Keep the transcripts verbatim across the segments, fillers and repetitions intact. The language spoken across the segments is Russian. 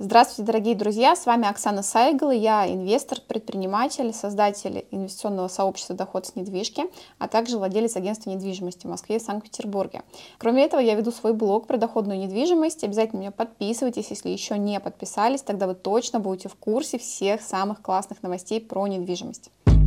Здравствуйте, дорогие друзья! С вами Оксана Сайгл. Я инвестор, предприниматель, создатель инвестиционного сообщества «Доход с недвижки», а также владелец агентства недвижимости в Москве и Санкт-Петербурге. Кроме этого, я веду свой блог про доходную недвижимость. Обязательно меня подписывайтесь, если еще не подписались, тогда вы точно будете в курсе всех самых классных новостей про недвижимость.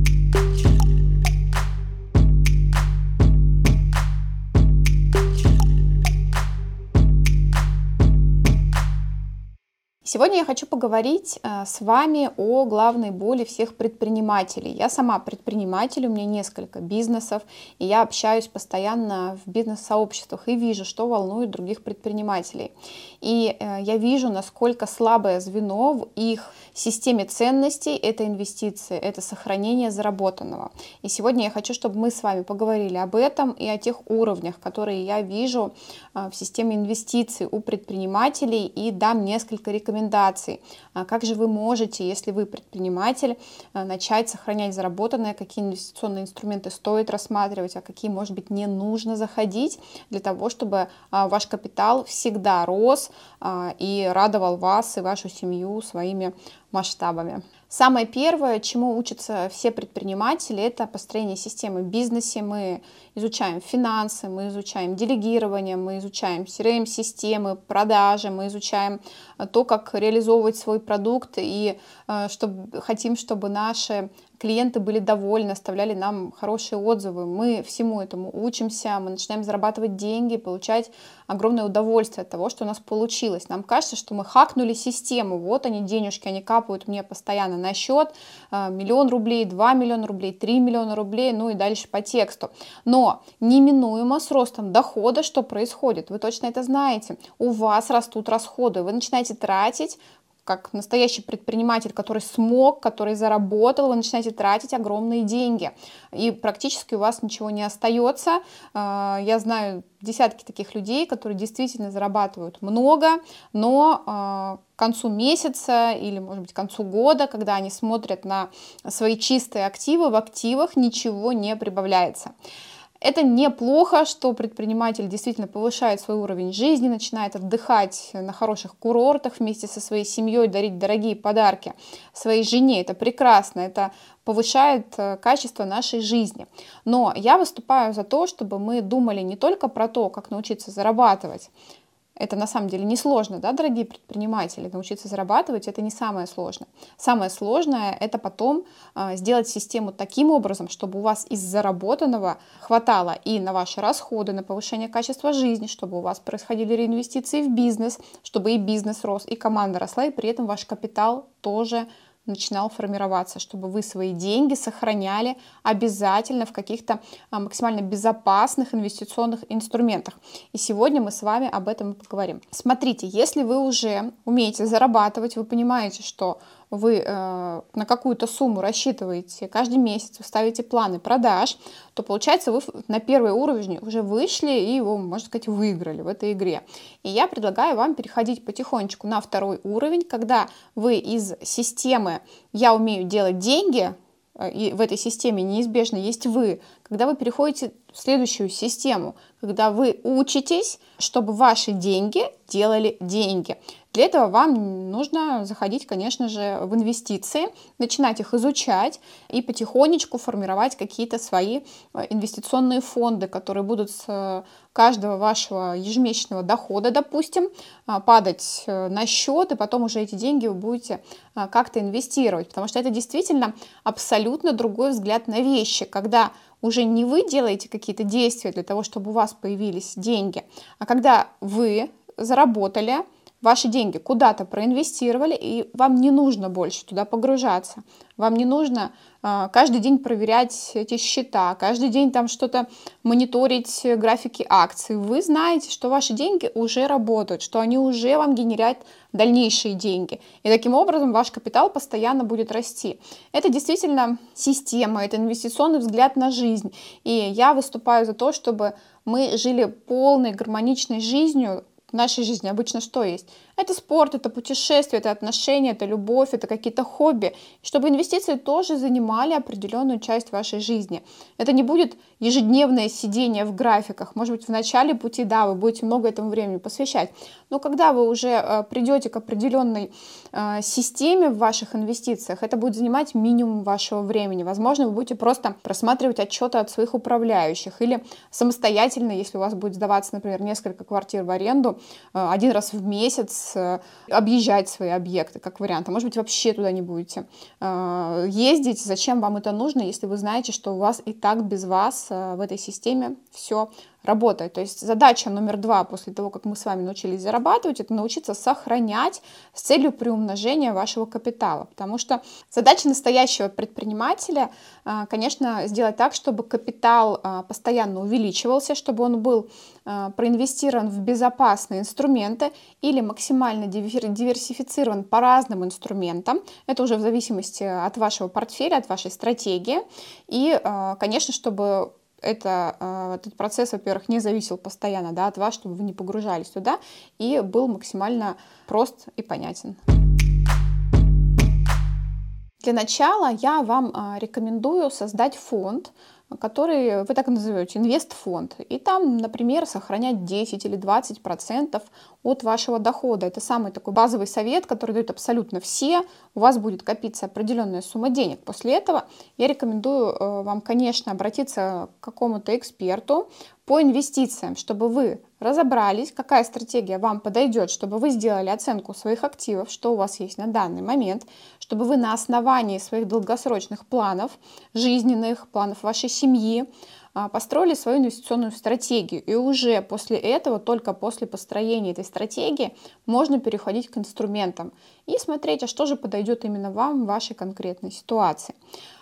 Сегодня я хочу поговорить э, с вами о главной боли всех предпринимателей. Я сама предприниматель, у меня несколько бизнесов, и я общаюсь постоянно в бизнес-сообществах и вижу, что волнует других предпринимателей. И э, я вижу, насколько слабое звено в их системе ценностей — это инвестиции, это сохранение заработанного. И сегодня я хочу, чтобы мы с вами поговорили об этом и о тех уровнях, которые я вижу э, в системе инвестиций у предпринимателей, и дам несколько рекомендаций. Как же вы можете, если вы предприниматель, начать сохранять заработанное, какие инвестиционные инструменты стоит рассматривать, а какие, может быть, не нужно заходить для того, чтобы ваш капитал всегда рос и радовал вас и вашу семью своими масштабами. Самое первое, чему учатся все предприниматели, это построение системы в бизнесе. Мы изучаем финансы, мы изучаем делегирование, мы изучаем си ар эм-системы, продажи, мы изучаем то, как реализовывать свой продукт, и чтобы, хотим, чтобы наши клиенты были довольны, оставляли нам хорошие отзывы. Мы всему этому учимся, мы начинаем зарабатывать деньги, получать огромное удовольствие от того, что у нас получилось. Нам кажется, что мы хакнули систему, вот они денежки, они капают мне постоянно на счет, миллион рублей, два миллиона рублей, три миллиона рублей, ну и дальше по тексту. Но неминуемо с ростом дохода что происходит? Вы точно это знаете. У вас растут расходы, вы начинаете тратить, как настоящий предприниматель, который смог, который заработал, вы начинаете тратить огромные деньги. И практически у вас ничего не остается. Я знаю десятки таких людей, которые действительно зарабатывают много, но к концу месяца или, может быть, к концу года, когда они смотрят на свои чистые активы, в активах ничего не прибавляется. Это неплохо, что предприниматель действительно повышает свой уровень жизни, начинает отдыхать на хороших курортах вместе со своей семьей, дарить дорогие подарки своей жене. Это прекрасно, это повышает качество нашей жизни. Но я выступаю за то, чтобы мы думали не только про то, как научиться зарабатывать. Это на самом деле несложно, да, дорогие предприниматели, научиться зарабатывать — это не самое сложное. Самое сложное — это потом э, сделать систему таким образом, чтобы у вас из заработанного хватало и на ваши расходы, на повышение качества жизни, чтобы у вас происходили реинвестиции в бизнес, чтобы и бизнес рос, и команда росла, и при этом ваш капитал тоже начинал формироваться, чтобы вы свои деньги сохраняли обязательно в каких-то максимально безопасных инвестиционных инструментах. И сегодня мы с вами об этом и поговорим. Смотрите, если вы уже умеете зарабатывать, вы понимаете, что вы э, на какую-то сумму рассчитываете каждый месяц, вы ставите планы продаж, то получается вы на первый уровень уже вышли и его, можно сказать, выиграли в этой игре. И я предлагаю вам переходить потихонечку на второй уровень, когда вы из системы «я умею делать деньги», и в этой системе неизбежно есть вы, когда вы переходите в следующую систему, когда вы учитесь, чтобы ваши деньги делали деньги. Для этого вам нужно заходить, конечно же, в инвестиции, начинать их изучать и потихонечку формировать какие-то свои инвестиционные фонды, которые будут с каждого вашего ежемесячного дохода, допустим, падать на счет, и потом уже эти деньги вы будете как-то инвестировать, потому что это действительно абсолютно другой взгляд на вещи, когда уже не вы делаете какие-то действия для того, чтобы у вас появились деньги, а когда вы заработали, ваши деньги куда-то проинвестировали, и вам не нужно больше туда погружаться. Вам не нужно э, каждый день проверять эти счета, каждый день там что-то мониторить, графики акций. Вы знаете, что ваши деньги уже работают, что они уже вам генерят дальнейшие деньги. И таким образом ваш капитал постоянно будет расти. Это действительно система, это инвестиционный взгляд на жизнь. И я выступаю за то, чтобы мы жили полной, гармоничной жизнью. В нашей жизни обычно что есть? Это спорт, это путешествие, это отношения, это любовь, это какие-то хобби. Чтобы инвестиции тоже занимали определенную часть вашей жизни. Это не будет ежедневное сидение в графиках. Может быть, в начале пути, да, вы будете много этому времени посвящать. Но когда вы уже э, придете к определенной э, системе в ваших инвестициях, это будет занимать минимум вашего времени. Возможно, вы будете просто просматривать отчеты от своих управляющих или самостоятельно, если у вас будет сдаваться, например, несколько квартир в аренду, э, один раз в месяц э, объезжать свои объекты, как вариант. А может быть, вообще туда не будете э, ездить. Зачем вам это нужно, если вы знаете, что у вас и так без вас э, в этой системе все работает. То есть задача номер два после того, как мы с вами научились зарабатывать, это научиться сохранять с целью приумножения вашего капитала. Потому что задача настоящего предпринимателя, конечно, сделать так, чтобы капитал постоянно увеличивался, чтобы он был проинвестирован в безопасные инструменты или максимально диверсифицирован по разным инструментам. Это уже в зависимости от вашего портфеля, от вашей стратегии. И, конечно, чтобы это, этот процесс, во-первых, не зависел постоянно, да, от вас, чтобы вы не погружались туда, и был максимально прост и понятен. Для начала я вам рекомендую создать фонд, который вы так и назовете, инвестфонд. И там, например, сохранять десять или двадцать процентов от вашего дохода. Это самый такой базовый совет, который дают абсолютно все. У вас будет копиться определенная сумма денег. После этого я рекомендую вам, конечно, обратиться к какому-то эксперту по инвестициям, чтобы вы разобрались, какая стратегия вам подойдет, чтобы вы сделали оценку своих активов, что у вас есть на данный момент, чтобы вы на основании своих долгосрочных планов, жизненных планов вашей семьи, построили свою инвестиционную стратегию. И уже после этого, только после построения этой стратегии, можно переходить к инструментам и смотреть, а что же подойдет именно вам в вашей конкретной ситуации.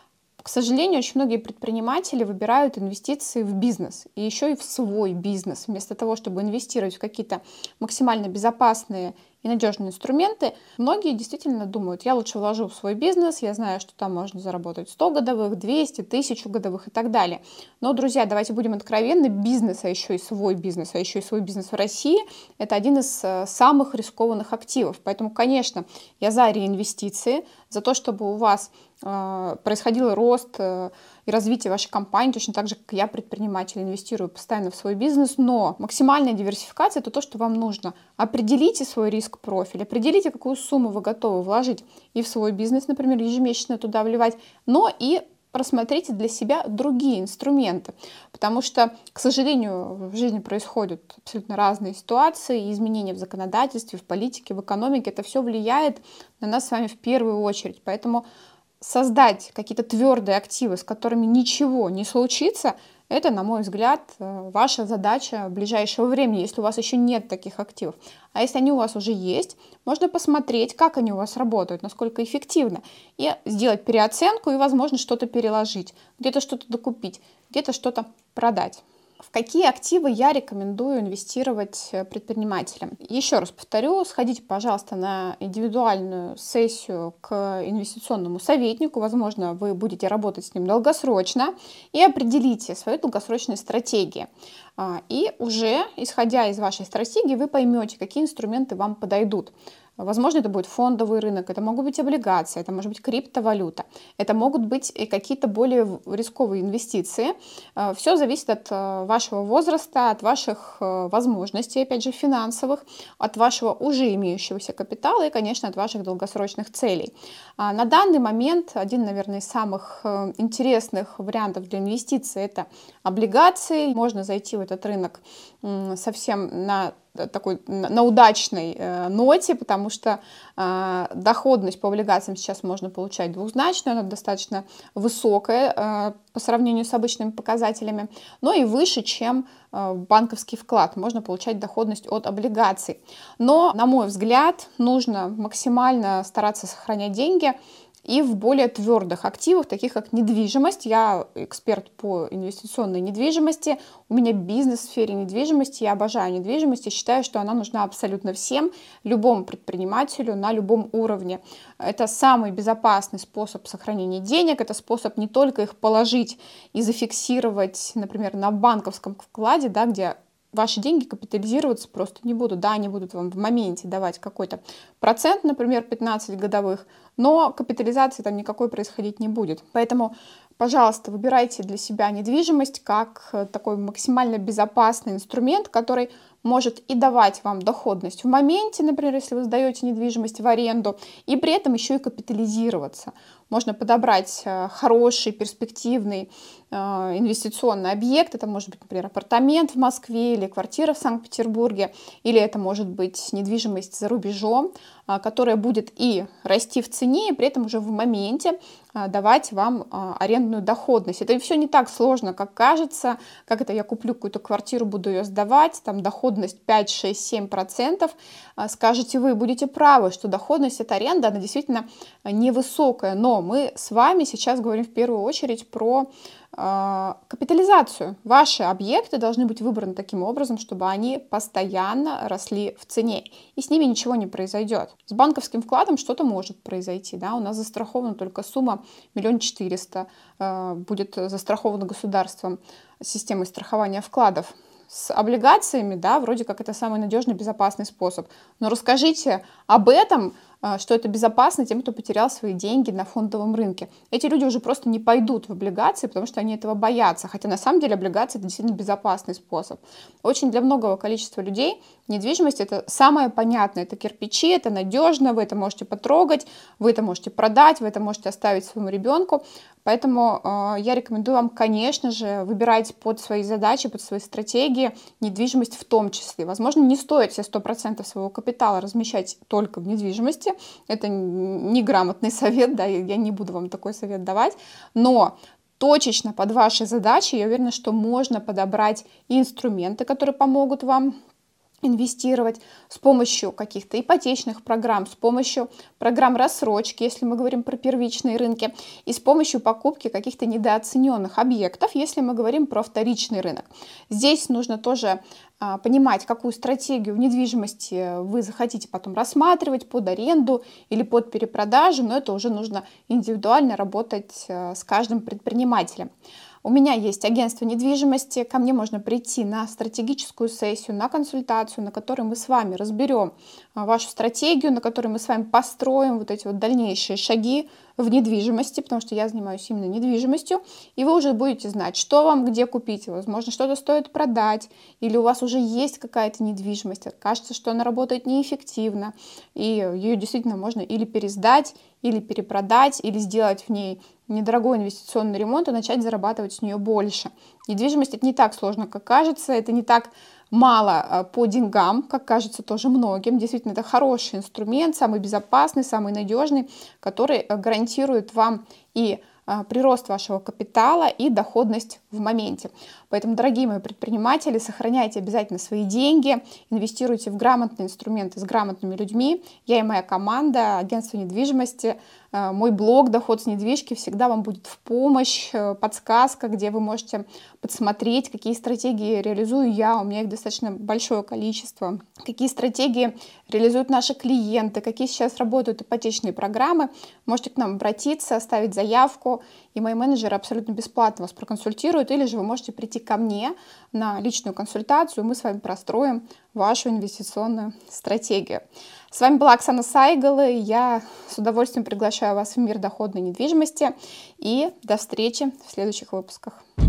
К сожалению, очень многие предприниматели выбирают инвестиции в бизнес и еще и в свой бизнес. Вместо того, чтобы инвестировать в какие-то максимально безопасные и надежные инструменты, многие действительно думают, я лучше вложу в свой бизнес, я знаю, что там можно заработать сто годовых, двести, тысячу годовых и так далее. Но, друзья, давайте будем откровенны, бизнес, а еще и свой бизнес, а еще и свой бизнес в России, это один из самых рискованных активов. Поэтому, конечно, я за реинвестиции, за то, чтобы у вас происходил рост и развитие вашей компании, точно так же, как я, предприниматель, инвестирую постоянно в свой бизнес, но максимальная диверсификация – это то, что вам нужно. Определите свой риск-профиль, определите, какую сумму вы готовы вложить и в свой бизнес, например, ежемесячно туда вливать, но и просмотрите для себя другие инструменты, потому что, к сожалению, в жизни происходят абсолютно разные ситуации, изменения в законодательстве, в политике, в экономике, это все влияет на нас с вами в первую очередь, поэтому создать какие-то твердые активы, с которыми ничего не случится, это, на мой взгляд, ваша задача ближайшего времени, если у вас еще нет таких активов. А если они у вас уже есть, можно посмотреть, как они у вас работают, насколько эффективно, и сделать переоценку, и, возможно, что-то переложить, где-то что-то докупить, где-то что-то продать. В какие активы я рекомендую инвестировать предпринимателям? Еще раз повторю, сходите, пожалуйста, на индивидуальную сессию к инвестиционному советнику. Возможно, вы будете работать с ним долгосрочно и определите свои долгосрочные стратегии. И уже, исходя из вашей стратегии, вы поймете, какие инструменты вам подойдут. Возможно, это будет фондовый рынок, это могут быть облигации, это может быть криптовалюта, это могут быть и какие-то более рисковые инвестиции. Все зависит от вашего возраста, от ваших возможностей, опять же, финансовых, от вашего уже имеющегося капитала и, конечно, от ваших долгосрочных целей. На данный момент один, наверное, из самых интересных вариантов для инвестиций – это облигации. Можно зайти в этот рынок совсем на такой на удачной э, ноте, потому что э, доходность по облигациям сейчас можно получать двузначную, она достаточно высокая э, по сравнению с обычными показателями, но и выше, чем э, банковский вклад. Можно получать доходность от облигаций. Но, на мой взгляд, нужно максимально стараться сохранять деньги и в более твердых активах, таких как недвижимость. Я эксперт по инвестиционной недвижимости, у меня бизнес в сфере недвижимости, я обожаю недвижимость и считаю, что она нужна абсолютно всем, любому предпринимателю на любом уровне. Это самый безопасный способ сохранения денег, это способ не только их положить и зафиксировать, например, на банковском вкладе, да, где ваши деньги капитализироваться просто не будут. Да, они будут вам в моменте давать какой-то процент, например, пятнадцать годовых, но капитализации там никакой происходить не будет. Поэтому, пожалуйста, выбирайте для себя недвижимость как такой максимально безопасный инструмент, который может и давать вам доходность в моменте, например, если вы сдаете недвижимость в аренду, и при этом еще и капитализироваться. Можно подобрать хороший, перспективный инвестиционный объект. Это может быть, например, апартамент в Москве или квартира в Санкт-Петербурге, или это может быть недвижимость за рубежом, которая будет и расти в цене, и при этом уже в моменте давать вам арендную доходность. Это все не так сложно, как кажется, как это я куплю какую-то квартиру, буду ее сдавать, там доходность пять, шесть, семь процентов. Скажете вы, будете правы, что доходность от аренды, она действительно невысокая, но мы с вами сейчас говорим в первую очередь про капитализацию. Ваши объекты должны быть выбраны таким образом, чтобы они постоянно росли в цене, и с ними ничего не произойдет. С банковским вкладом что-то может произойти, да, у нас застрахована только сумма миллион четыреста, будет застрахована государством системой страхования вкладов. С облигациями, да, вроде как это самый надежный, безопасный способ. Но расскажите об этом, что это безопасно тем, кто потерял свои деньги на фондовом рынке. Эти люди уже просто не пойдут в облигации, потому что они этого боятся. Хотя на самом деле облигации — это действительно безопасный способ. Очень для многого количества людей недвижимость — это самое понятное. Это кирпичи, это надежно, вы это можете потрогать, вы это можете продать, вы это можете оставить своему ребенку. Поэтому э, я рекомендую вам, конечно же, выбирать под свои задачи, под свои стратегии недвижимость в том числе. Возможно, не стоит все сто процентов своего капитала размещать только в недвижимости. Это неграмотный совет, да, я не буду вам такой совет давать. Но точечно под ваши задачи, я уверена, что можно подобрать инструменты, которые помогут вам инвестировать с помощью каких-то ипотечных программ, с помощью программ рассрочки, если мы говорим про первичные рынки, и с помощью покупки каких-то недооцененных объектов, если мы говорим про вторичный рынок. Здесь нужно тоже а, понимать, какую стратегию в недвижимости вы захотите потом рассматривать под аренду или под перепродажу, но это уже нужно индивидуально работать а, с каждым предпринимателем. У меня есть агентство недвижимости, ко мне можно прийти на стратегическую сессию, на консультацию, на которой мы с вами разберем вашу стратегию, на которой мы с вами построим вот эти вот дальнейшие шаги в недвижимости, потому что я занимаюсь именно недвижимостью, и вы уже будете знать, что вам где купить, возможно, что-то стоит продать, или у вас уже есть какая-то недвижимость, кажется, что она работает неэффективно, и ее действительно можно или пересдать, или перепродать, или сделать в ней недорогой инвестиционный ремонт и начать зарабатывать с нее больше. Недвижимость — это не так сложно, как кажется, это не так мало по деньгам, как кажется тоже многим. Действительно, это хороший инструмент, самый безопасный, самый надежный, который гарантирует вам и прирост вашего капитала и доходность в моменте. Поэтому, дорогие мои предприниматели, сохраняйте обязательно свои деньги, инвестируйте в грамотные инструменты с грамотными людьми. Я и моя команда, агентство недвижимости, мой блог «Доход с недвижки» всегда вам будет в помощь, подсказка, где вы можете подсмотреть, какие стратегии реализую я, у меня их достаточно большое количество, какие стратегии реализуют наши клиенты, какие сейчас работают ипотечные программы. Можете к нам обратиться, оставить заявку, и мои менеджеры абсолютно бесплатно вас проконсультируют, или же вы можете прийти ко мне на личную консультацию, мы с вами простроим вашу инвестиционную стратегию. С вами была Оксана Сайгалы, я с удовольствием приглашаю вас в мир доходной недвижимости, и до встречи в следующих выпусках.